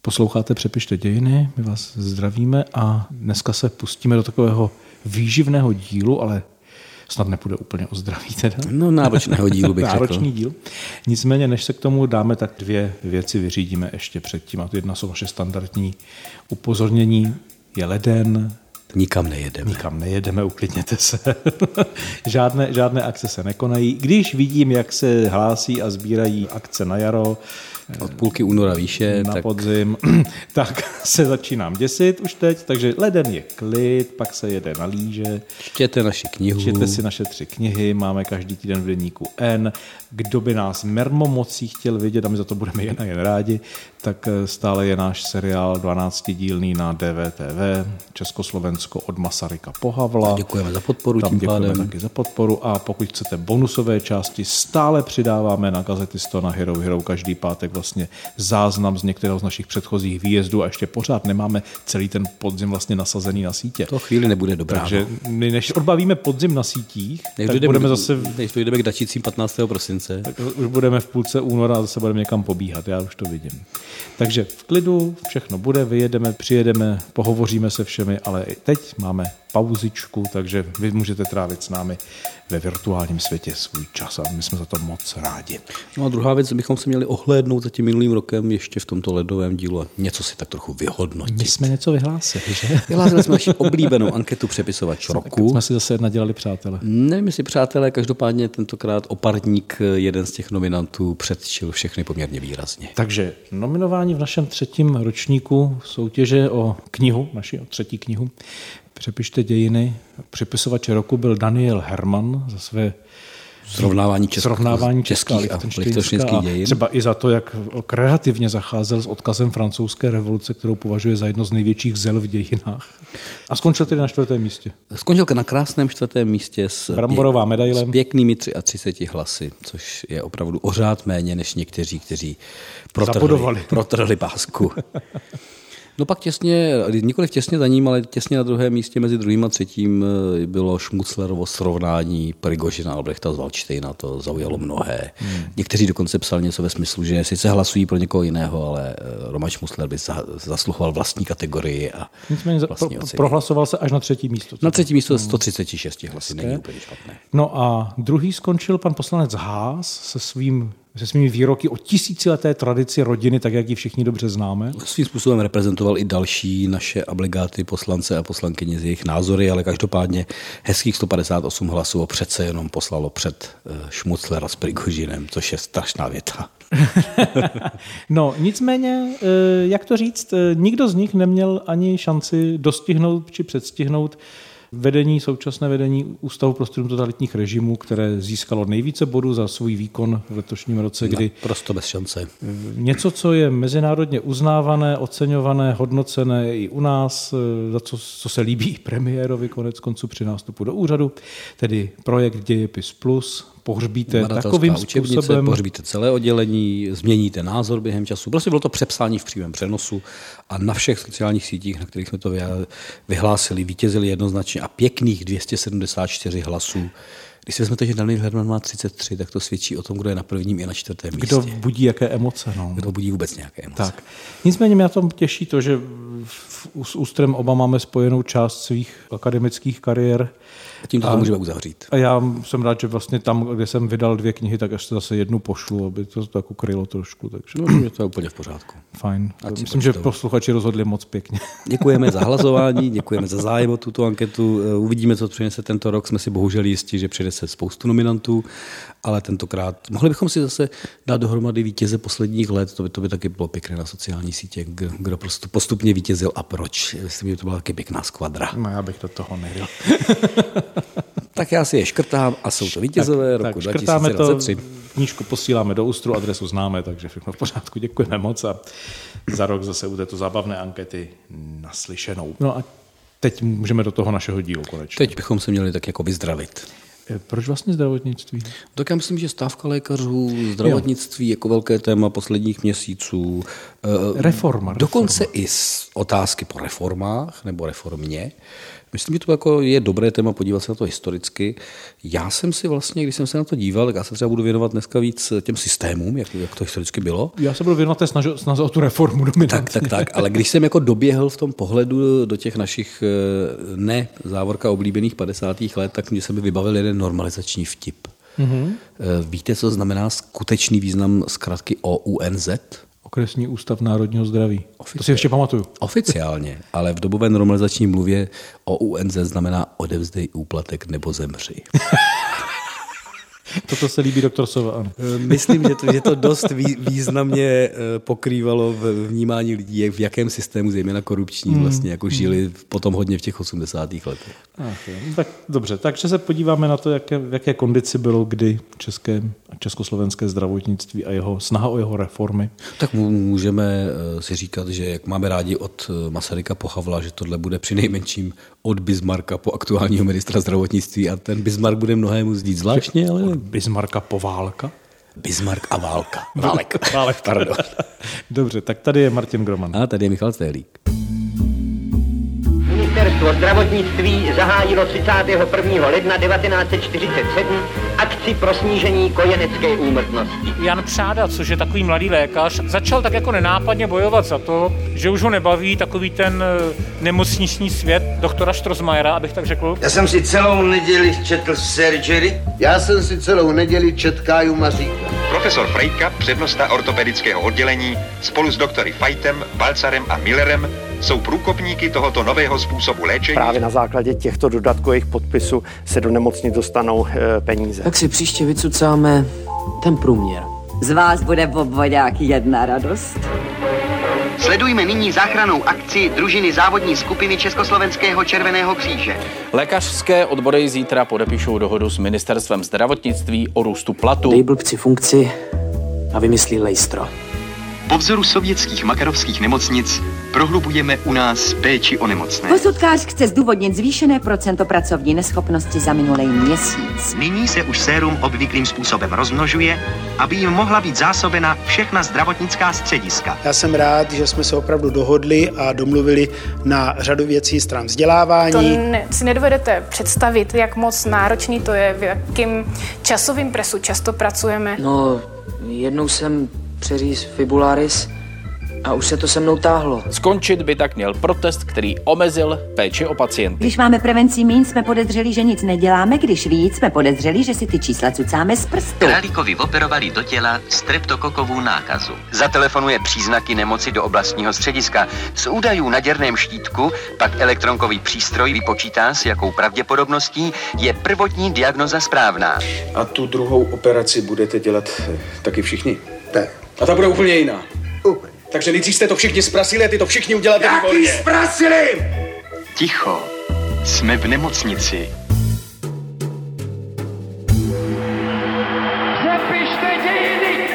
Posloucháte Přepište dějiny, my vás zdravíme a dneska se pustíme do takového výživného dílu, ale snad nepůjde úplně o zdraví teda. No náročného dílu bych řekl. Náročný díl. Nicméně, než se k tomu dáme, tak dvě věci vyřídíme ještě předtím. A jedna jsou naše standardní upozornění. Je leden. Nikam nejedeme. Nikam nejedeme, uklidněte se. žádné akce se nekonají. Když vidím, jak se hlásí a sbírají akce na jaro, od půlky února výše, na podzim, tak se začínám děsit už teď, takže leden je klid, pak se jede na lyže. Čtěte naši knihu. Čtěte si naše 3 knihy, máme každý týden v deníku N. Kdo by nás mermomocí chtěl vidět, a my za to budeme jen rádi, tak stále je náš seriál 12dílný na DVTV, Československo od Masaryka po Havla. Děkujeme za podporu tam tím děkujeme pádem. Taky za podporu a pokud chcete bonusové části, stále přidáváme na Gazetisto na Hero Hero každý pátek vlastně záznam z některého z našich předchozích výjezdů a ještě pořád nemáme celý ten podzim vlastně nasazený na sítě. To chvíli nebude dobrá. Takže než odbavíme podzim na sítích, tak než dojdeme k dačícím 15. prosince. Tak už budeme v půlce února a zase budeme někam pobíhat, já už to vidím. Takže v klidu všechno bude, vyjedeme, přijedeme, pohovoříme se všemi, ale i teď máme pauzičku, takže vy můžete trávit s námi ve virtuálním světě svůj čas a my jsme za to moc rádi. No a druhá věc, bychom se měli ohlédnout za tím minulým rokem ještě v tomto ledovém dílu a něco si tak trochu vyhodnotit. My jsme něco vyhlásili, že? Vyhlásili jsme naši oblíbenou anketu Přepisovač roku. Jsme si zase nadělali přátelé. Nevím, jestli přátelé, každopádně tentokrát oparník, jeden z těch nominantů, předčil všechny poměrně výrazně. Takže nominování v našem 3. ročníku soutěže o knihu, naši o 3. knihu, Přepište dějiny. Přepisovač roku byl Daniel Herman za své srovnávání českých a lichtenštejnských dějin. Třeba i za to, jak kreativně zacházel s odkazem francouzské revoluce, kterou považuje za jedno z největších zel v dějinách. A skončil tedy na 4. místě. Skončil na krásném 4. místě s bramborová medaile. S pěknými 33 hlasy, což je opravdu o řád méně než někteří, kteří protrhli pásku. No pak nikoliv těsně za ním, ale těsně na 2. místě mezi 2. a 3. bylo Šmuclerovo srovnání Prigožina Albrechta z Valdštejna, to zaujalo mnohé. Někteří dokonce psali něco ve smyslu, že sice hlasují pro někoho jiného, ale Roman Šmucler by zasluhoval vlastní kategorii a nicméně prohlasoval se až na 3. místo. Na 3. místo 136 hlasy, není úplně špatné. No a druhý skončil pan poslanec Haas se svými výroky o tisícileté tradici rodiny, tak jak ji všichni dobře známe. Svým způsobem reprezentoval i další naše obligáty poslance a poslankyně z jejich názory, ale každopádně hezkých 158 hlasů přece jenom poslalo před Šmuclera s Prigožinem, což je strašná věta. No, nicméně, jak to říct, nikdo z nich neměl ani šanci dostihnout či předstihnout současné vedení Ústavu pro studium totalitních režimů, které získalo nejvíce bodů za svůj výkon v letošním roce, kdy prosto bez šance. Něco, co je mezinárodně uznávané, oceňované, hodnocené i u nás, za co se líbí premiérovi konec konců při nástupu do úřadu, tedy projekt Dějepis Plus, pohřbíte takovým způsobem. Pohřbíte celé oddělení, změníte názor během času. Prostě bylo to přepsání v přímém přenosu a na všech sociálních sítích, na kterých jsme to vyhlásili, vítězili jednoznačně a pěkných 274 hlasů. Když si vezmete, že Daniel Herman má 33, tak to svědčí o tom, kdo je na 1. i na 4. místě. Kdo budí jaké emoce. No. Kdo budí vůbec nějaké emoce. Tak. Nicméně mě na tom těší to, že s Ústrem oba máme spojenou část svých akademických kariér. A tím to můžeme uzavřít. A já jsem rád, že vlastně tam, kde jsem vydal 2 knihy, tak až zase jednu pošlu, aby to tak ukrylo trošku. Takže... No, to je úplně v pořádku. Fajn. Myslím, že posluchači rozhodli moc pěkně. Děkujeme za hlasování, děkujeme za zájem o tuto anketu. Uvidíme, co přinese tento rok. Jsme si bohužel jistí, že přinese spoustu nominantů, ale tentokrát mohli bychom si zase dát dohromady vítěze posledních let. To by taky bylo pěkné na sociální sítě, kdo prostě postupně vítězil a proč. Myslím, že to byla taky pěkná skvadra. No, já bych do toho nejel. Tak já si je škrtám a jsou to vítězové roku 2023. Knížku posíláme do Ústru, adresu známe, takže všechno v pořádku. Děkujeme moc a za rok zase u této zábavné ankety naslyšenou. No a teď můžeme do toho našeho dílu konečně. Teď bychom se měli tak jako vyzdravit. Proč vlastně zdravotnictví? Tak já myslím, že stávka lékařů, zdravotnictví jako velké téma posledních měsíců. Reforma. Dokonce i otázky po reformách nebo reformě. Myslím, že to jako je dobré téma podívat se na to historicky. Já jsem si vlastně, když jsem se na to díval, tak já se třeba budu věnovat dneska víc těm systémům, jak to historicky bylo. Já se budu věnovat té snaze o tu reformu dominantně. Tak, ale když jsem jako doběhl v tom pohledu do těch našich závorka oblíbených 50. let, tak mě se mi vybavil jeden normalizační vtip. Mm-hmm. Víte, co znamená skutečný význam zkratky OUNZ? Okresní ústav národního zdraví. To si ještě pamatuju. Oficiálně, ale v dobové normalizační mluvě OUNZ znamená odevzdej úplatek nebo zemři. Toto se líbí doktor Sova, ano. Myslím, že to dost významně pokrývalo v vnímání lidí, v jakém systému, zejména korupčním, vlastně jako žili potom hodně v těch 80. letech. Tak dobře, takže se podíváme na to, v jaké kondici bylo kdy československé zdravotnictví a snaha o jeho reformy. Tak můžeme si říkat, že jak máme rádi od Masaryka po Havla, že tohle bude přinejmenším od Bismarcka po aktuálního ministra zdravotnictví a ten Bismarck bude mnohému zdít zvláštně, ale... Od Bismarcka po Válka? Bismarck a Válka. Válek, pardon. Dobře, tak tady je Martin Groman. A tady je Michal Cvéhlík. Ministerstvo zdravotnictví zahájilo 31. ledna 1947 akci pro snížení kojenecké úmrtnosti. Jan Přáda, což je takový mladý lékař, začal tak jako nenápadně bojovat za to, že už ho nebaví takový ten nemocniční svět doktora Strossmayera, abych tak řekl. Já jsem si celou neděli četl Surgery. Já jsem si celou neděli četl Káju Maříka. Profesor Frejka, přednosta ortopedického oddělení, spolu s doktory Fajtem, Balcarem a Millerem jsou průkopníky tohoto nového způsobu léčení. Právě na základě těchto dodatkových podpisů se do nemocnic dostanou peníze. Tak si příště vycucáme ten průměr. Z vás bude obvodák jedna radost. Sledujme nyní záchrannou akci družiny závodní skupiny Československého červeného kříže. Lékařské odbory zítra podepíšou dohodu s ministerstvem zdravotnictví o růstu platu. Dej blbci funkci a vymyslí lejstro. Po vzoru sovětských makarovských nemocnic prohlubujeme u nás péči o nemocné. Posudkář chce zdůvodnit zvýšené procento pracovní neschopnosti za minulý měsíc. Nyní se už sérum obvyklým způsobem rozmnožuje, aby jim mohla být zásobena všechna zdravotnická střediska. Já jsem rád, že jsme se opravdu dohodli a domluvili na řadu věcí stran vzdělávání. Si nedovedete představit, jak moc náročný to je, v jakým časovým presu často pracujeme. No, jednou jsem přeříz fibularis a už se to se mnou táhlo. Skončit by tak měl protest, který omezil péči o pacienty. Když máme prevenci míň, jsme podezřeli, že nic neděláme, když víc, jsme podezřeli, že si ty čísla cucáme z prstu. Králíkovi operovali do těla streptokokovou nákazu. Zatelefonuje příznaky nemoci do oblastního střediska. Z údajů na děrném štítku pak elektronkový přístroj vypočítá, s jakou pravděpodobností je prvotní diagnoza správná. A tu druhou operaci budete dělat taky všichni? Tak. A ta bude úplně jiná. Takže nejdřív jste to všichni zprasili a ty to všichni uděláte výborně. Jaký zprasili? Ticho, jsme v nemocnici. Přepište dějiny!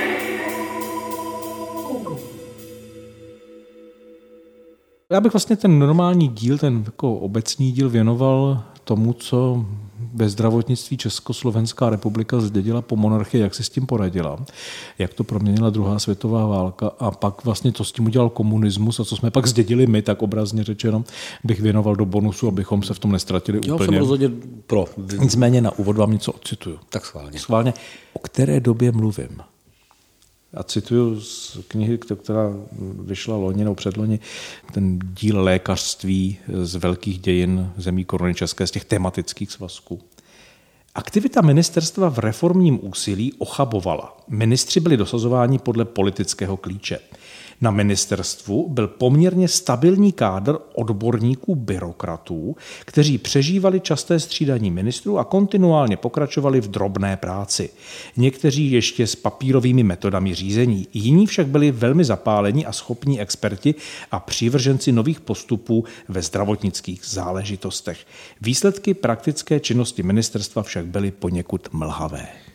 Já bych vlastně ten normální díl, ten jako obecný díl věnoval tomu, co ve zdravotnictví Československá republika zdědila po monarchii, jak si s tím poradila, jak to proměnila druhá světová válka a pak vlastně to s tím udělal komunismus a co jsme pak zdědili my, tak obrazně řečeno, bych věnoval do bonusu, abychom se v tom nestratili úplně. Já jsem rozhodně pro. Nicméně na úvod vám něco odcituju. Tak schválně. Schválně. O které době mluvím? A cituju z knihy, která vyšla loni nebo předloni, ten díl lékařství z velkých dějin zemí koruny české, z těch tematických svazků. Aktivita ministerstva v reformním úsilí ochabovala. Ministři byli dosazováni podle politického klíče. Na ministerstvu byl poměrně stabilní kádr odborníků byrokratů, kteří přežívali časté střídání ministrů a kontinuálně pokračovali v drobné práci. Někteří ještě s papírovými metodami řízení, jiní však byli velmi zapálení a schopní experti a přívrženci nových postupů ve zdravotnických záležitostech. Výsledky praktické činnosti ministerstva však byly poněkud mlhavé.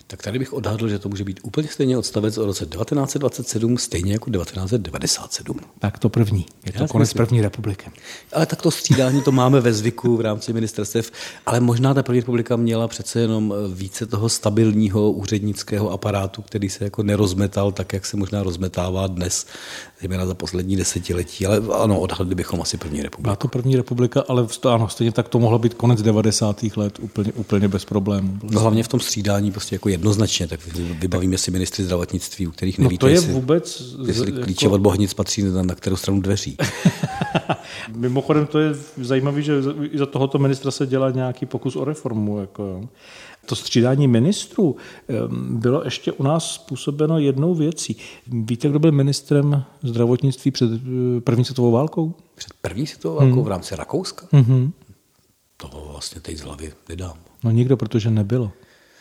Tak tady bych odhadl, že to může být úplně stejně odstavec o roce 1927, stejně jako 1997. Tak to první. Je to konec první republiky. Ale tak to střídání to máme ve zvyku v rámci ministerstev, ale možná ta první republika měla přece jenom více toho stabilního úřednického aparátu, který se jako nerozmetal tak, jak se možná rozmetává dnes, zejména za poslední desetiletí. Ale ano, odhadli bychom asi první republiku. Byla to první republika, ale ano, stejně tak to mohlo být konec 90. let úplně bez problémů. Vlastně. No hlavně v tom střídání prostě jako jednoznačně, tak vybavíme si ministry zdravotnictví, u kterých nevíte, to je vůbec, jestli klíče od Bohnic patří na kterou stranu dveří. Mimochodem to je zajímavé, že za tohoto ministra se dělá nějaký pokus o reformu. To střídání ministrů bylo ještě u nás způsobeno jednou věcí. Víte, kdo byl ministrem zdravotnictví před první světovou válkou? Před první světovou válkou v rámci Rakouska? To vlastně teď z hlavy nedám. No nikdo, protože nebylo.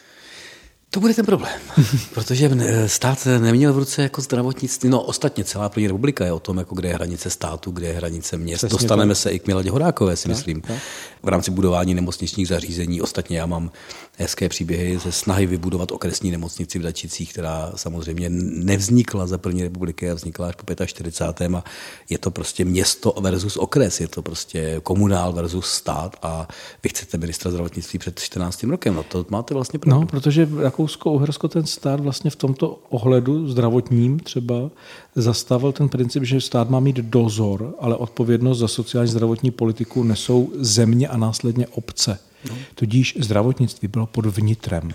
To bude ten problém, protože stát neměl v ruce jako zdravotnictví. No ostatně celá první republika je o tom, jako kde je hranice státu, kde je hranice měst. Přesně dostaneme se i k Miladě Horákové, si myslím, v rámci budování nemocničních zařízení. Ostatně já mám hezké příběhy ze snahy vybudovat okresní nemocnici v Dačicích, která samozřejmě nevznikla za první republiky a vznikla až po 45. A je to prostě město versus okres, je to prostě komunál versus stát a vy chcete ministra zdravotnictví před 14. rokem. No to máte vlastně pravdu. No, protože Rakousko-Uhersko ten stát vlastně v tomto ohledu zdravotním třeba zastával ten princip, že stát má mít dozor, ale odpovědnost za sociální zdravotní politiku nesou země a následně obce. No. Tudíž zdravotnictví bylo pod vnitrem.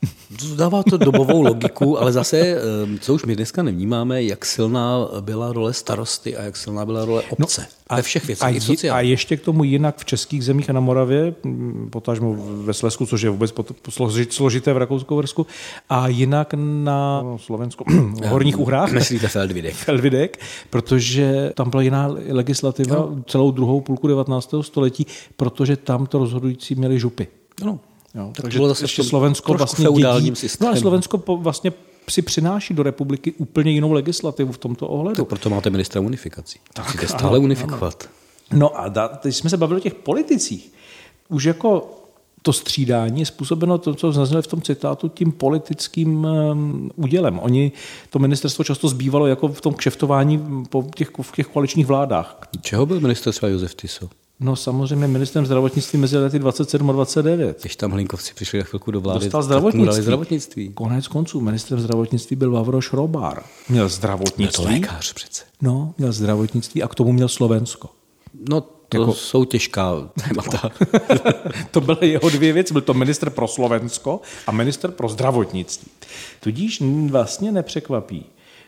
Dává to dobovou logiku, ale zase, co už my dneska nevnímáme, jak silná byla role starosty a jak silná byla role obce. Ve všech věcech. A ještě k tomu jinak v českých zemích a na Moravě, potažmo ve Slezsku, což je vůbec složité v Rakousku-Uhersku, a jinak na Slovensku, v Horních Uhrách. Myslíte Feldvidek, protože tam byla jiná legislativa celou druhou půlku 19. století, protože tam to rozhodující měli župy. No. Jo, takže ještě Slovensko vlastně ale Slovensko vlastně si přináší do republiky úplně jinou legislativu v tomto ohledu. Tak proto máte ministra unifikací. Tak musíte stále unifikovat. No a teď jsme se bavili o těch politicích. Už jako to střídání je způsobeno to, co zazněli v tom citátu, tím politickým údělem. To ministerstvo často zbývalo jako v tom kšeftování v těch koaličních vládách. Čeho byl ministr třeba Josef Tiso? No samozřejmě ministrem zdravotnictví mezi lety 27 a 29. Když tam Hlinkovci přišli na chvilku do vlády, dostal zdravotnictví. Konec konců ministrem zdravotnictví byl Vavro Šrobár. Měl zdravotnictví. Je to lékař přece. No, měl zdravotnictví a k tomu měl Slovensko. No to jsou těžká témata. To byly jeho dvě věci. Byl to ministr pro Slovensko a ministr pro zdravotnictví. Tudíž vlastně nepřekvapí,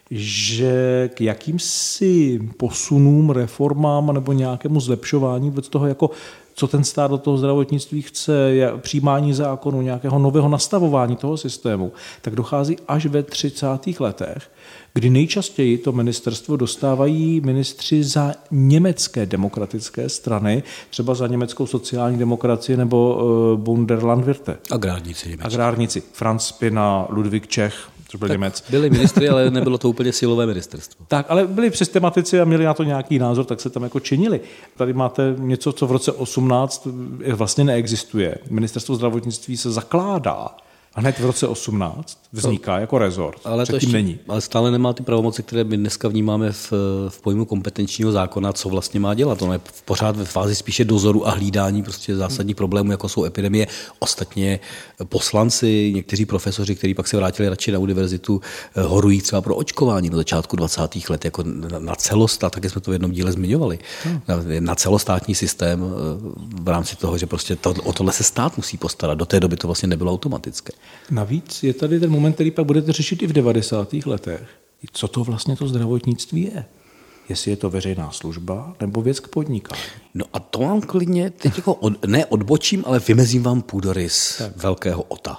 že k jakýmsi posunům, reformám nebo nějakému zlepšování vůbec toho, jako co ten stát do toho zdravotnictví chce, přijímání zákonu, nějakého nového nastavování toho systému, tak dochází až ve 30. letech, kdy nejčastěji to ministerstvo dostávají ministři za německé demokratické strany, třeba za německou sociální demokracii nebo Bunderlandwirte. Agrárníci. Franz Spina, Ludvík Čech, což byl Němec. Byli ministry, ale nebylo to úplně silové ministerstvo. Tak, ale byli systematici a měli na to nějaký názor, tak se tam jako činili. Tady máte něco, co v roce 18 vlastně neexistuje. Ministerstvo zdravotnictví se zakládá. A hned v roce 18 vzniká jako rezort. Ale to ještě není. Ale stále nemá ty pravomoci, které my dneska vnímáme v pojmu kompetenčního zákona, co vlastně má dělat. On je pořád ve fázi spíše dozoru a hlídání prostě zásadních problémů, jako jsou epidemie. Ostatně poslanci, někteří profesoři, kteří pak se vrátili radši na univerzitu, horují třeba pro očkování na začátku 20. let, jako na celostát, tak jsme to v jednom díle zmiňovali, na celostátní systém v rámci toho, že prostě o tohle se stát musí postarat. Do té doby to vlastně nebylo automatické. Navíc je tady ten moment, který pak budete řešit i v 90. letech. Co to vlastně to zdravotnictví je? Jestli je to veřejná služba nebo věc k podnikání. No a to vám klidně teď jako ne odbočím, ale vymezím vám půdorys velkého Ota.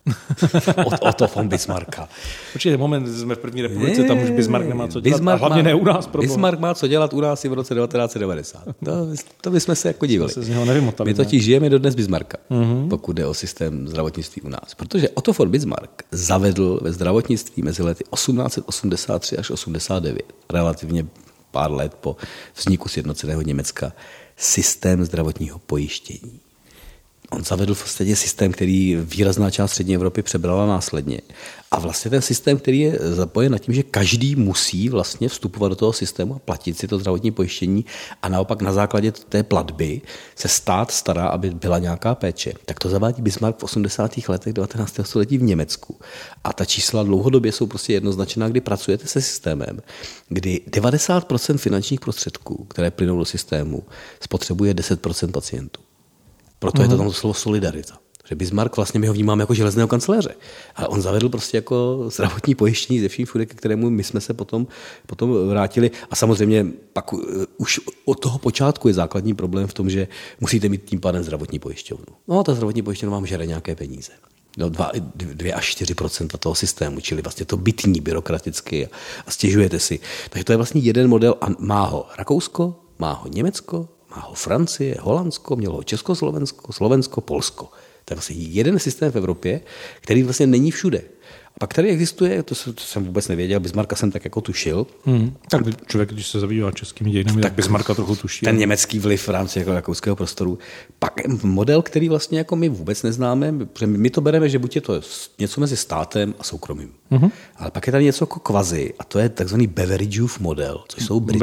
Otto von Bismarcka. Určitě moment, jsme v první republice, tam už Bismarck nemá co dělat. A hlavně ne u nás. Bismarck má co dělat u nás i v roce 1990. To bychom se jako divili. Se z něho nevymotali. My totiž žijeme dodnes Bismarcka, pokud jde o systém zdravotnictví u nás. Protože Otto von Bismarck zavedl ve zdravotnictví mezi lety 1883 až 89, relativně pár let po vzniku sjednoceného Německa, systém zdravotního pojištění. On zavedl v podstatě systém, který výrazná část střední Evropy přebrala následně. A vlastně ten systém, který je zapojen na tím, že každý musí vlastně vstupovat do toho systému a platit si to zdravotní pojištění a naopak na základě té platby se stát stará, aby byla nějaká péče. Tak to zavádí Bismarck v 80. letech 19. století v Německu. A ta čísla dlouhodobě jsou prostě jednoznačná, kdy pracujete se systémem, kdy 90% finančních prostředků, které plynou do systému, spotřebuje 10% pacientů. Proto je to tam slovo solidarita. Že Bismarck vlastně my ho vnímáme jako železného kancléře. Ale on zavedl prostě jako zdravotní pojištění ze vším všude, ke kterému my jsme se potom vrátili. A samozřejmě pak už od toho počátku je základní problém v tom, že musíte mít tím pádem zdravotní pojišťovnu. No a ta zdravotní pojišťovna vám žere nějaké peníze. 2 až 4% toho systému, čili vlastně to bytní byrokraticky a stěžujete si. Takže to je vlastně jeden model a má ho Rakousko, má ho Německo, má ho Francie, Holandsko, mělo ho Československo, Slovensko, Polsko. To je vlastně jeden systém v Evropě, který vlastně není všude. A pak tady existuje, to jsem vůbec nevěděl, Bismarcka jsem tak jako tušil. Tak člověk, když se zabývá českými dějinami, tak Bismarcka trochu tuší. Ten německý vliv v rámci jako rakouského prostoru. Pak model, který vlastně jako my vůbec neznáme, protože my to bereme, že buď je to něco mezi státem a soukromým. Ale pak je tady něco jako kvazi a to je takzvaný Beveridgeův model, což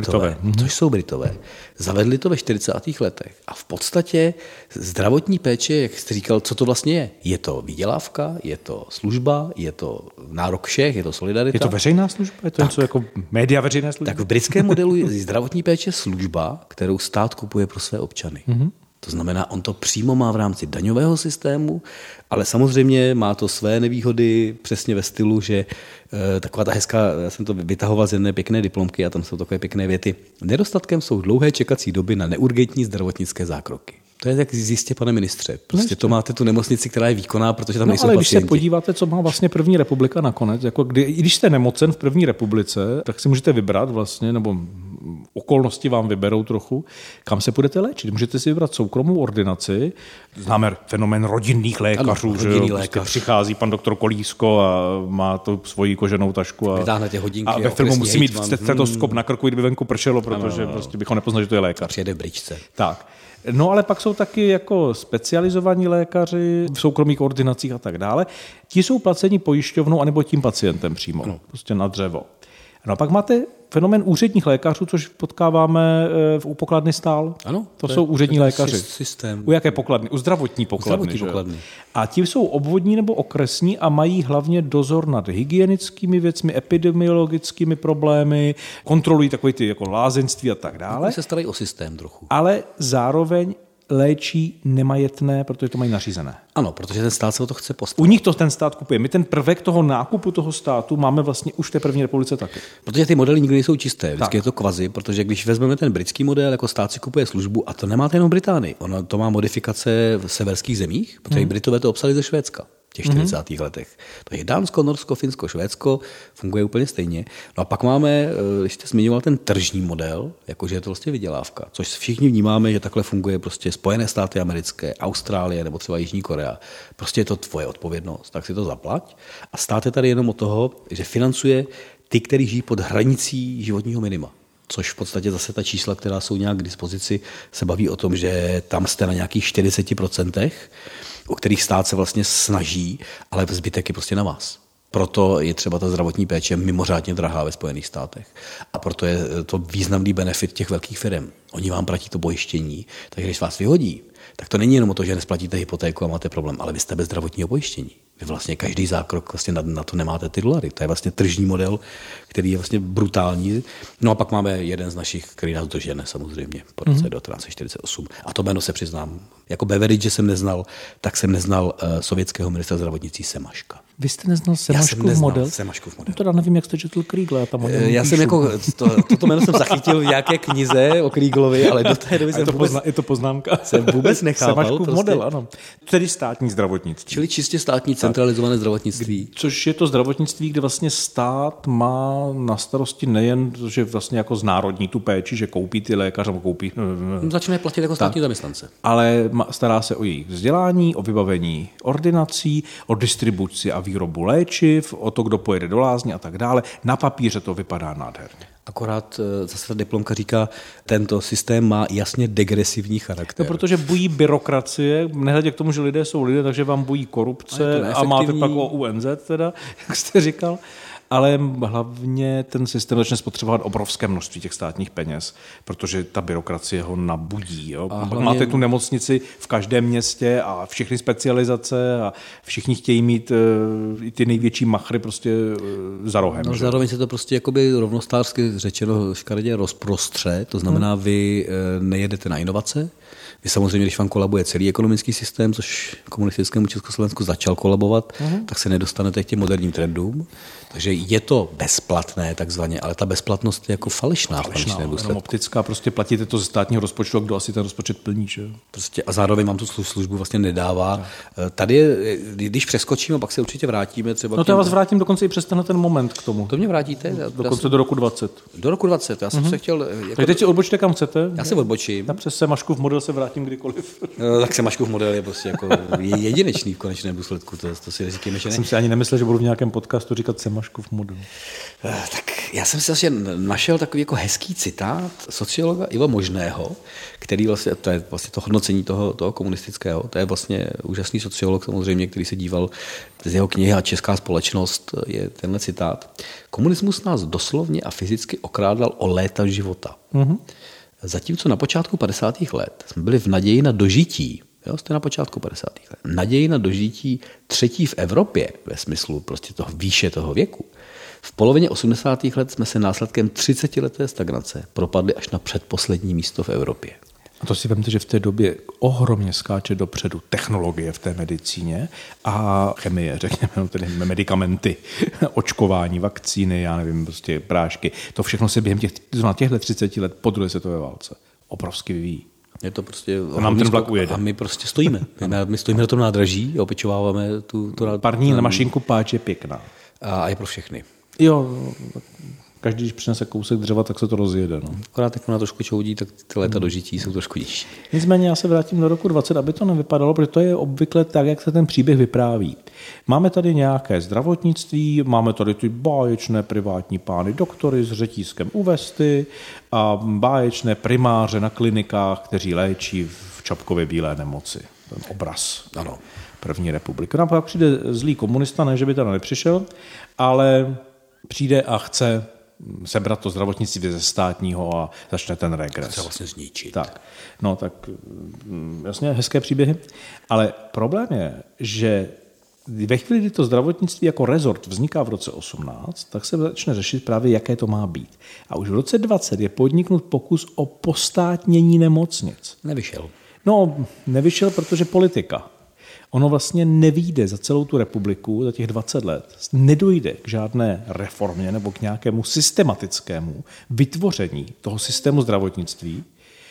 jsou Britové. Zavedli to ve 40. letech a v podstatě zdravotní péče, jak jste říkal, co to vlastně je? Je to výdělávka, je to služba, je to nárok všech, je to solidarita. Je to veřejná služba? Je to něco jako média veřejné služby? Tak v britském modelu je zdravotní péče služba, kterou stát kupuje pro své občany. To znamená, on to přímo má v rámci daňového systému, ale samozřejmě má to své nevýhody přesně ve stylu, že taková ta hezká, já jsem to vytahoval z jedné pěkné diplomky a tam jsou takové pěkné věty. Nedostatkem jsou dlouhé čekací doby na neurgentní zdravotnické zákroky. To je tak zjistě, pane ministře. Prostě to máte tu nemocnici, která je výkonná, protože tam nejsou ale pacienti. Když se podíváte, co má vlastně první republika nakonec, jako když jste nemocen v první republice, tak si můžete vybrat vlastně, nebo okolnosti vám vyberou trochu, kam se budete léčit. Můžete si vybrat soukromou ordinaci. Známe fenomén rodinných lékařů, že přichází pan doktor Kolísko a má tu svoji koženou tašku a ve filmu musí mít stetoskop na krku, kdyby venku pršelo, protože prostě bychom nepoznali, že to je lékař. Přijede v bričce. Tak. No ale pak jsou taky jako specializovaní lékaři v soukromých ordinacích a tak dále. Ti jsou placeni pojišťovnou anebo tím pacientem přímo, prostě na dřevo. No a pak máte fenomén úředních lékařů, což potkáváme u pokladny Stál. Ano, to jsou úřední lékaři. Systém. U jaké pokladny? U zdravotní pokladny. A ti jsou obvodní nebo okresní a mají hlavně dozor nad hygienickými věcmi, epidemiologickými problémy, kontrolují takové ty jako lázeňství a tak dále. Oni se starají o systém trochu. Ale zároveň léčí nemajetné, protože to mají nařízené. Ano, protože ten stát se o to chce postarat. U nich to ten stát kupuje. My ten prvek toho nákupu toho státu máme vlastně už v té první republice taky. Protože ty modely nikdy nejsou čisté, vždycky je to kvazi, protože když vezmeme ten britský model, jako stát si kupuje službu, a to nemáte jenom v Británii, ono to má modifikace v severských zemích, protože Britové to obsali ze Švédska v těch 40. letech. To je Dánsko, Norsko, Finsko, Švédsko, funguje úplně stejně. No a pak máme, když jste zmiňoval ten tržní model, jakože je to vlastně vydělávka, což všichni vnímáme, že takhle funguje prostě Spojené státy americké, Austrálie nebo třeba Jižní Korea. Prostě je to tvoje odpovědnost, tak si to zaplať. A stát je tady jenom od toho, že financuje ty, kteří žijí pod hranicí životního minima. Což v podstatě zase ta čísla, která jsou nějak k dispozici, se baví o tom, že tam jste na nějakých 40%, o kterých stát se vlastně snaží, ale zbytek je prostě na vás. Proto je třeba ta zdravotní péče mimořádně drahá ve Spojených státech. A proto je to významný benefit těch velkých firm. Oni vám platí to pojištění, takže když vás vyhodí, tak to není jenom o to, že nesplatíte hypotéku a máte problém, ale vy jste bez zdravotního pojištění. Vy vlastně každý zákrok vlastně na to nemáte ty dolary. To je vlastně tržní model, který je vlastně brutální. No a pak máme jeden z našich, který nás dožene samozřejmě po roce 1948. A to jméno se přiznám. Jako Beveridge jsem neznal, tak jsem neznal sovětského ministra zdravotnictví Semaška. Vy jste neznal Semaškův model? Semaškův model. No teda nevím, jak jste četl Kriegla. Já jsem jako, toto jméno jsem zachytil v nějaké knize o Krieglovi, ale do té doby je to poznámka. Jsem vůbec nechápal. Semaškův model, ano. Tedy státní zdravotnictví. Čili čistě státní centralizované zdravotnictví. Což je to zdravotnictví, kde vlastně stát má na starosti nejen, že vlastně jako znárodní tu péči, že koupí ty lékaře, nebo koupí... Začne platit jako státní zaměstnance. Ale stará se o jejich vzdělání, o vybavení ordinací, o distribuci a výrobu léčiv, o to, kdo pojede do lázně a tak dále. Na papíře to vypadá nádherně. Akorát zase ta diplomka říká, tento systém má jasně degresivní charakter. No, protože bují byrokracie, nehledě k tomu, že lidé jsou lidé, takže vám bují korupce a máte pak o UNZ teda, jak jste říkal. Ale hlavně ten systém začne spotřebovat obrovské množství těch státních peněz, protože ta byrokracie ho nabudí. Jo? Hlavně... Máte tu nemocnici v každém městě a všechny specializace a všichni chtějí mít ty největší machry prostě za rohem. No, zároveň se to prostě jakoby rovnostářsky řečeno škaredě rozprostře, to znamená, vy nejedete na inovace. Vy samozřejmě, když vám kolabuje celý ekonomický systém, což komunistickému Československu začal kolabovat, tak se nedostanete k těm moderním trendům. Takže je to bezplatné takzvaně, ale ta bezplatnost je jako falešná. Jenom optická, prostě platíte to ze státního rozpočtu, a kdo asi ten rozpočet plní. Že? Prostě a zároveň vám tu službu vlastně nedává. Tady je, když přeskočíme, pak se určitě vrátíme. Třeba no to já vás vrátím dokonce i přes ten moment k tomu. To mě vrátíte? Dokonce do roku 20. Do roku 20, já jsem se chtěl... Tak teď si odbočte kam chcete. Já se odbočím. A přes Semaškův model se vrátím kdykoliv. No, tak Semaškův model je prostě jako jedinečný v konečném důsledku. To si říkáme, že ne. Jsem si ani nemyslel, že budu v nějakém podcastu říkat Semaškův model. Tak já jsem si vlastně našel takový jako hezký citát sociologa Iva Možného, který vlastně, to je vlastně to hodnocení toho komunistického, to je vlastně úžasný sociolog samozřejmě, který se díval z jeho knihy A česká společnost, je tenhle citát. Komunismus nás doslovně a fyzicky okrádal o léta života. Zatímco na počátku 50. let jsme byli v naději na dožití, jo, jste na počátku 50. let, naději na dožití třetí v Evropě, ve smyslu prostě toho výše toho věku. V polovině 80. let jsme se následkem 30leté stagnace propadli až na předposlední místo v Evropě. A to si vemte, že v té době ohromně skáče dopředu technologie v té medicíně a chemie, řekněme, tedy medikamenty, očkování, vakcíny, já nevím, prostě prášky. To všechno se během těchto 30 let po druhé světové válce obrovsky vyvíjí. Je to prostě a nám ten vlak ujede. A my prostě stojíme. My stojíme na tom nádraží a opečováváme tu parní na mašinku páč je pěkná. A je pro všechny. Jo, každý, když přinese kousek dřeva, tak se to rozjede. No. Akorát jak ona trošku čoudí, tak ty léta dožití jsou trošku nižší. Nicméně já se vrátím do roku 20, aby to nevypadalo, protože to je obvykle tak, jak se ten příběh vypráví. Máme tady nějaké zdravotnictví, máme tady ty báječné privátní pány doktory s řetízkem u vesty a báječné primáře na klinikách, kteří léčí v Čapkově bílé nemoci. Ten obraz. Ano. První republiky. No a pak přijde zlý komunista, ne, že by tam nepřišel, ale přijde a chce sebrat to zdravotnictví ze státního a začne ten regres. Chce vlastně zničit. Tak. No tak jasně, hezké příběhy. Ale problém je, že ve chvíli, kdy to zdravotnictví jako rezort vzniká v roce 18, tak se začne řešit právě, jaké to má být. A už v roce 20 je podniknut pokus o postátnění nemocnic. Nevyšel. No, nevyšel, protože politika. Ono vlastně nevyjde za celou tu republiku, za těch 20 let, nedojde k žádné reformě nebo k nějakému systematickému vytvoření toho systému zdravotnictví,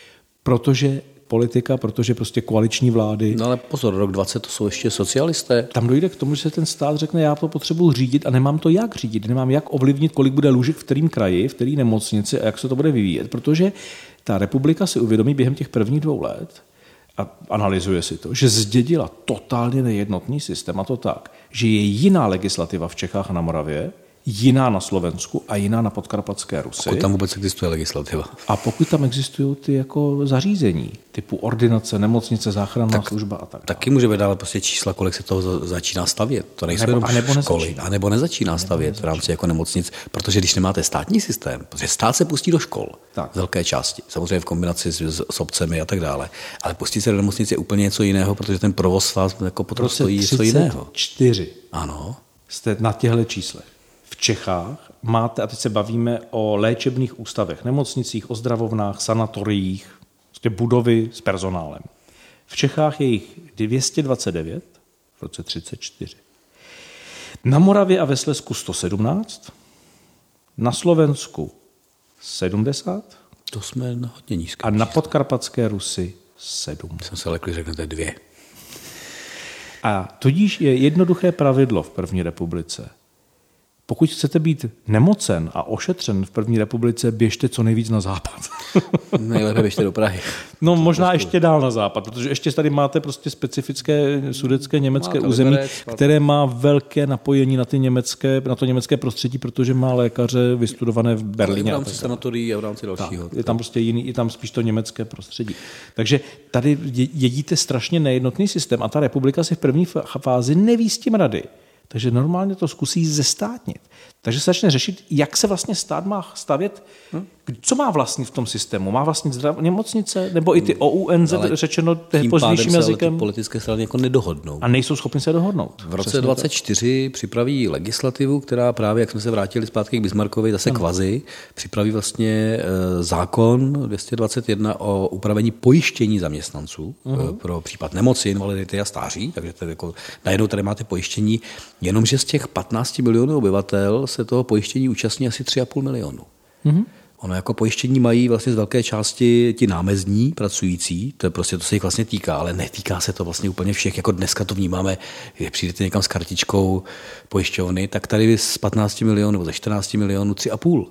protože politika, protože prostě koaliční vlády. No ale pozor, rok 20 to jsou ještě socialisté. Tam dojde k tomu, že se ten stát řekne, já to potřebuji řídit a nemám to jak řídit, nemám jak ovlivnit, kolik bude lůžek v kterém kraji, v které nemocnici a jak se to bude vyvíjet, protože ta republika si uvědomí během těch prvních 2 let, a analyzuje si to, že zdědila totálně nejednotný systém, a to tak, že je jiná legislativa v Čechách a na Moravě, jiná na Slovensku a jiná na Podkarpatské Rusi. Pokud tam vůbec existuje legislativa. A pokud tam existují ty jako zařízení, typu ordinace, nemocnice, záchranná služba a tak. Taky můžeme dále prostě čísla, kolik se toho začíná stavět. To nejsou jenom školy. A nebo nezačíná stavět v rámci jako nemocnic, protože když nemáte státní systém, protože stát se pustí do škol v velké části, samozřejmě v kombinaci s obcemi a tak dále, ale pustit se do nemocnice je úplně něco jiného, protože ten provoz vás jako potom stojí něco jiného. 4. Ano. Jste na těchto číslech. V Čechách máte, a teď se bavíme o léčebných ústavech, nemocnicích, ozdravovnách, sanatoriích, prostě budovy s personálem. V Čechách je jich 229 v roce 34. Na Moravě a ve Slezsku 117, na Slovensku 70. To jsme na hodně nízké. A na Podkarpatské Rusi 7. Jsem se lekli, řeknete 2. A tudíž je jednoduché pravidlo v první republice. pokud chcete být nemocen a ošetřen v první republice, běžte co nejvíc na západ. Nejlépe běžte do Prahy. No možná ještě dál na západ, protože ještě tady máte prostě specifické sudetské německé území, které má velké napojení na to německé prostředí, protože má lékaře vystudované v Berlíně. V rámci sanatorií a v rámci dalšího. Je tam prostě jiný, je tam spíš to německé prostředí. Takže tady jedíte strašně nejednotný systém a ta republika si v první fázi neví s tím rady. Takže normálně to zkusí zestátnit. Takže se začne řešit, jak se vlastně stát má stavět, co má vlastně v tom systému. Má vlastně nemocnice, nebo i ty OUNZ řečeno pozdějším jazykem. Ty politické strany jako nedohodnou. A nejsou schopni se dohodnout. V roce 2024 připraví legislativu, která právě, jak jsme se vrátili zpátky k Bismarckovi, zase kvazi, připraví vlastně zákon 221 o upravení pojištění zaměstnanců pro případ nemoci, invalidity a stáří. Takže tady jako najednou tady máte pojištění, jenomže z těch 15 milionů obyvatel se toho pojištění účastní asi 3,5 milionu. Ono jako pojištění mají vlastně z velké části ti námezní pracující, to je prostě to se jich vlastně týká, ale netýká se to vlastně úplně všech, jako dneska to vnímáme, když přijdete někam s kartičkou pojišťovny, tak tady z 15 milionů nebo ze 14 milionů 3,5.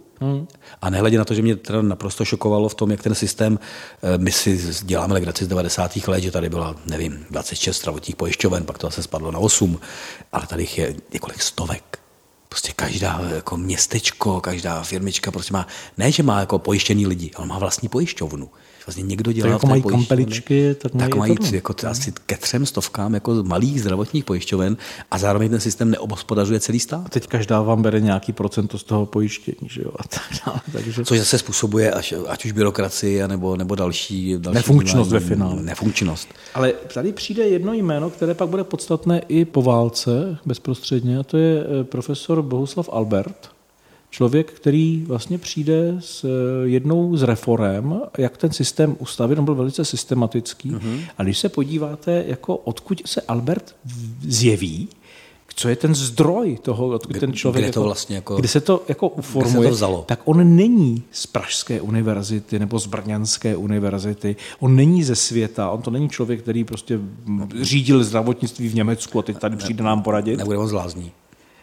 A nehledě na to, že mě teda naprosto šokovalo v tom, jak ten systém, my si děláme legraci z 90. let, že tady byla, nevím, 26 zdravotních pojišťoven, pak to zase spadlo na 8, ale tady je několik stovek. Prostě každá jako městečko, každá firmička prostě má, ne, že má jako pojištěný lidi, ale má vlastní pojišťovnu. Vlastně někdo dělá jako mají kampeličky, tak mají jako asi ke 300 jako malých zdravotních pojišťoven a zároveň ten systém neobhospodařuje celý stát. A teď každá vám bere nějaký procento z toho pojištění, že jo? A tak dále, takže... Což zase způsobuje ať už byrokracii, nebo další nefunkčnost ve finále. Nefunkčnost. Ale tady přijde jedno jméno, které pak bude podstatné i po válce bezprostředně, a to je profesor Bohuslav Albert. Člověk, který vlastně přijde s jednou z reforem, jak ten systém ustavit, on byl velice systematický. A když se podíváte, jako odkud se Albert zjeví, co je ten zdroj toho, odkud ten člověk, kde to vlastně jako, kde se to jako uformuje, tak on není z Pražské univerzity nebo z Brněnské univerzity, on není ze světa, on to není člověk, který prostě řídil zdravotnictví v Německu a teď tady přijde nám poradit. Nebude on z Lázní.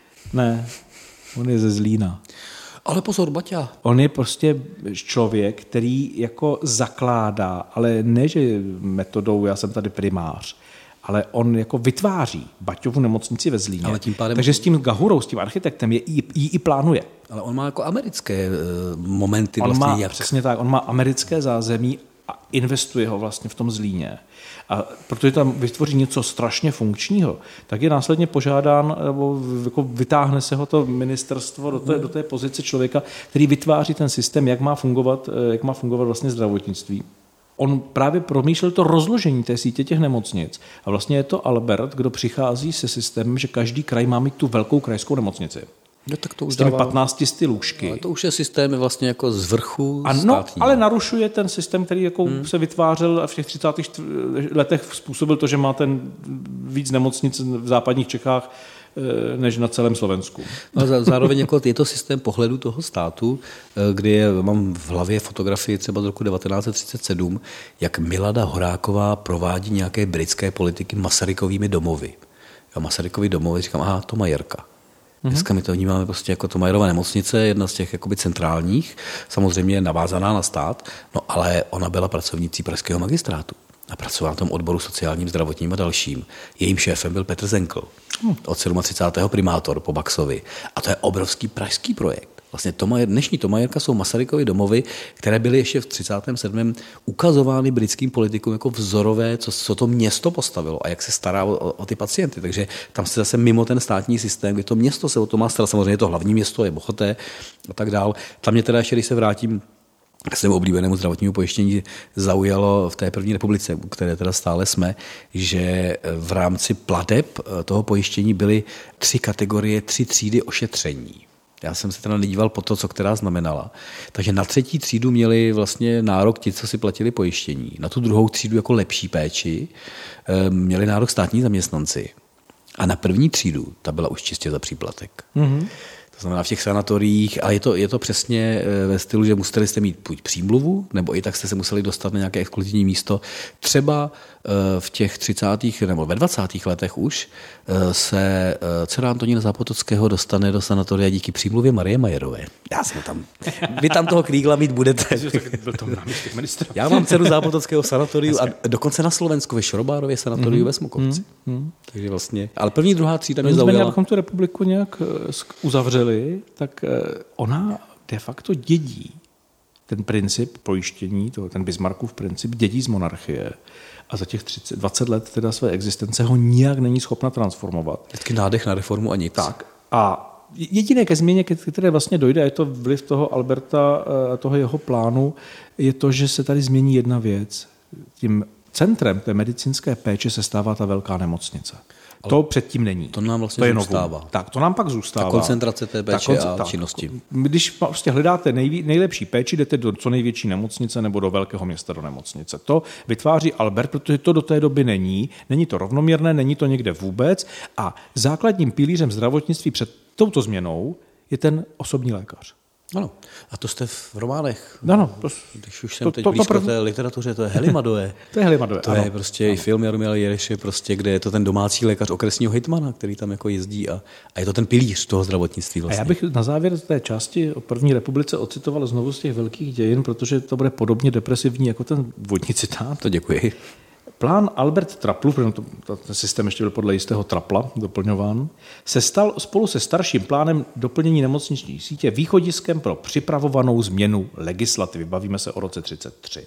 Ne, on je ze Zlína. Ale pozor, Baťa. On je prostě člověk, který jako zakládá, ale ne, že metodou, já jsem tady primář, ale on jako vytváří Baťovu nemocnici ve Zlíně. Ale tím pádem... Takže s tím Gahurou, s tím architektem ji i plánuje. Ale on má jako americké momenty vlastně. Přesně tak, on má americké zázemí a investuje ho vlastně v tom Zlíně. A protože tam vytvoří něco strašně funkčního, tak je následně požádán, nebo jako vytáhne se ho to ministerstvo do té pozice člověka, který vytváří ten systém, jak má fungovat vlastně zdravotnictví. On právě promýšlel to rozložení té sítě těch nemocnic. A vlastně je to Albert, kdo přichází se systémem, že každý kraj má mít tu velkou krajskou nemocnici. No, tak to už s těmi 15 lůžky. Ale to už je systém vlastně jako z vrchu státní. Ale narušuje ten systém, který jako se vytvářel a v těch 30. letech způsobil to, že má ten víc nemocnic v západních Čechách než na celém Slovensku. No, zároveň jako je to systém pohledu toho státu, kdy mám v hlavě fotografii třeba z roku 1937, jak Milada Horáková provádí nějaké britské politiky Masarykovými domovy. A Masarykovy domovy, říkám, to má Jirka. Dneska my to vnímáme prostě jako to Majerova nemocnice, jedna z těch jakoby centrálních, samozřejmě navázaná na stát, no ale ona byla pracovnicí pražského magistrátu a pracovala v tom odboru sociálním, zdravotním a dalším. Jejím šéfem byl Petr Zenkl, od 37. primátor po Baxovi. A to je obrovský pražský projekt. Vlastně dnešní Tomajerka jsou Masarykovy domovy, které byly ještě v 37. ukazovány britským politikům jako vzorové, co to město postavilo a jak se stará o ty pacienty. Takže tam se zase mimo ten státní systém, kdy to město se o to má starat, samozřejmě to hlavní město je Bochoté a tak dál. Tam mě teda ještě, když se vrátím k svému oblíbenému zdravotnímu pojištění, zaujalo v té první republice, u které teda stále jsme, že v rámci plateb toho pojištění byly 3 kategorie, 3 třídy ošetření. Já jsem se teda nedíval po to, co která znamenala. Takže na 3. třídu měli vlastně nárok ti, co si platili pojištění. Na tu 2. třídu jako lepší péči měli nárok státní zaměstnanci. A na 1. třídu ta byla už čistě za příplatek. To znamená v těch sanatoriích, ale je to přesně ve stylu, že museli jste mít buď přímluvu, nebo i tak jste se museli dostat na nějaké exkluzivní místo. Třeba v těch 30. nebo ve 20. letech už se dcera Antonína Zápotockého dostane do sanatoria díky přímluvě Marie Majerové. Já jsem tam. Vy tam toho Krígla mít budete. Byl to náměstek ministra. Já mám dceru Zápotockého v sanatoriu a dokonce na Slovensku ve Šrobárově sanatoriu ve Smokovci. Takže vlastně, ale první, druhá třída mě zaujala. Abychom tu republiku nějak uzavřeli, tak ona de facto dědí ten princip pojištění, ten Bismarckův princip dědí z monarchie a za těch 20 let teda své existence ho nijak není schopna transformovat. Vždycky nádech na reformu a nic. Tak. A jediné ke změně, které vlastně dojde, a je to vliv toho Alberta, toho jeho plánu, je to, že se tady změní jedna věc. Tím centrem té medicínské péče se stává ta velká nemocnice. To předtím není. To nám vlastně zůstává. Tak, to nám pak zůstává. Ta koncentrace té péče a činnosti. Když prostě hledáte nejlepší péči, jdete do co největší nemocnice nebo do velkého města do nemocnice. To vytváří Albert, protože to do té doby není. Není to rovnoměrné, není to někde vůbec. A základním pilířem zdravotnictví před touto změnou je ten osobní lékař. Ano. A to jste v románech. Ano. Když už jsem teď blízko té literatuře, to je Helimadoe. To je Helimadoe, to je prostě film Jaromíra Jereše, prostě, kde je to ten domácí lékař okresního hejtmana, který tam jako jezdí a je to ten pilíř toho zdravotnictví vlastně. A já bych na závěr té části o první republice ocitoval znovu z těch velkých dějin, protože to bude podobně depresivní jako ten vodní citát. To děkuji. Plán Albert Traplu, protože ten systém ještě byl podle jistého Trapla doplňován, se stal spolu se starším plánem doplnění nemocniční sítě východiskem pro připravovanou změnu legislativy. Bavíme se o roce 1933.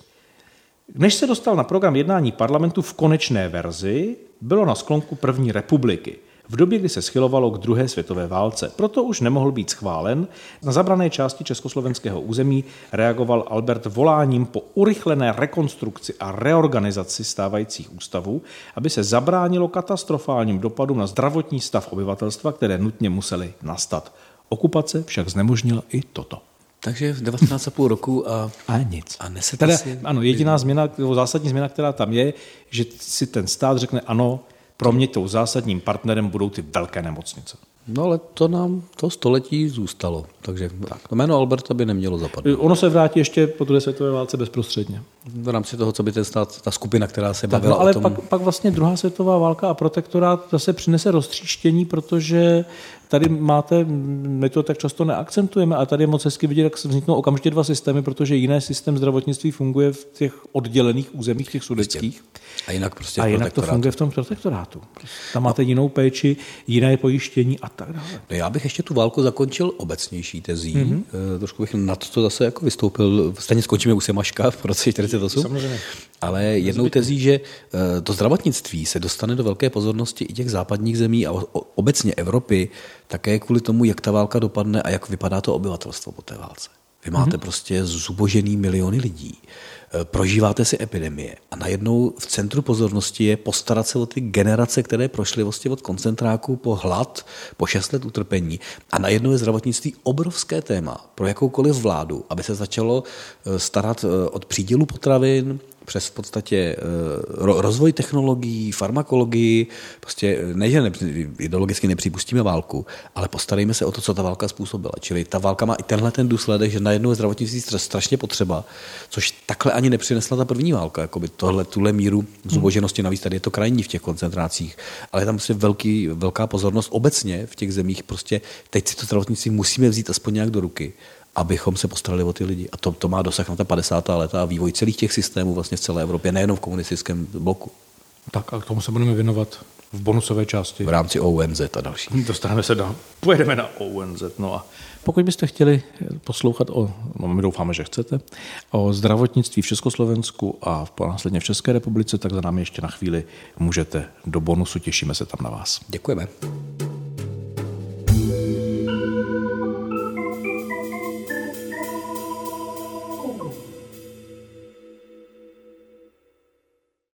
Než se dostal na program jednání parlamentu v konečné verzi, bylo na sklonku první republiky, v době, kdy se schylovalo k druhé světové válce. Proto už nemohl být schválen. Na zabrané části československého území reagoval Albert voláním po urychlené rekonstrukci a reorganizaci stávajících ústavů, aby se zabránilo katastrofálním dopadům na zdravotní stav obyvatelstva, které nutně musely nastat. Okupace však znemožnila i toto. Takže 19,5 roku a nic. A teda, ano, jediná změna, zásadní změna, která tam je, že si ten stát řekne ano, pro mě tou zásadním partnerem budou ty velké nemocnice. No ale to nám to století zůstalo, takže to jméno Alberta by nemělo zapadnout. Ono se vrátí ještě po druhé světové válce bezprostředně. V rámci toho, co by ten stát, ta skupina, která se bavila ale o tom... pak vlastně druhá světová válka a protektorát zase přinese roztříštění, protože tady máte, my to tak často neakcentujeme, a tady je moc hezky vidět, jak vzniknou okamžitě dva systémy, protože jiný systém zdravotnictví funguje v těch oddělených územích, těch sudetských. A jinak prostě jinak to funguje v tom protektorátu. Tam máte jinou péči, jiné pojištění a tak dále. No já bych ještě tu válku zakončil obecnější tezí. Trošku bych nad to zase jako vystoupil. Stejně skončíme u Semaška v roce 1948. Samozřejmě. Ale jednou tezí, že to zdravotnictví se dostane do velké pozornosti i těch západních zemí a obecně Evropy, také kvůli tomu, jak ta válka dopadne a jak vypadá to obyvatelstvo po té válce. Vy máte prostě zubožený miliony lidí, prožíváte si epidemie a najednou v centru pozornosti je postarat se o ty generace, které prošly vlastně od koncentráku po hlad, po 6 let utrpení a najednou je zdravotnictví obrovské téma pro jakoukoliv vládu, aby se začalo starat od přídělu potravin, přes v podstatě rozvoj technologií, farmakologii, prostě ne, že ideologicky nepřipustíme válku, ale postarejme se o to, co ta válka způsobila. Čili ta válka má i tenhle ten důsledek, že najednou je zdravotnictví strašně potřeba, což takhle ani nepřinesla ta první válka, jakoby tuhle míru zuboženosti, navíc tady je to krajní v těch koncentrácích, ale je tam prostě velká pozornost obecně v těch zemích, prostě teď si to zdravotnictví musíme vzít aspoň nějak do ruky, abychom se postarali o ty lidi. A to má dosah na ta 50. léta a vývoj celých těch systémů vlastně v celé Evropě, nejenom v komunistickém bloku. Tak a k tomu se budeme věnovat v bonusové části. V rámci OUNZ a další. Dostaneme se pojedeme na OUNZ. No a pokud byste chtěli poslouchat my doufáme, že chcete, o zdravotnictví v Československu a následně v České republice, tak za námi ještě na chvíli můžete do bonusu. Těšíme se tam na vás. Děkujeme.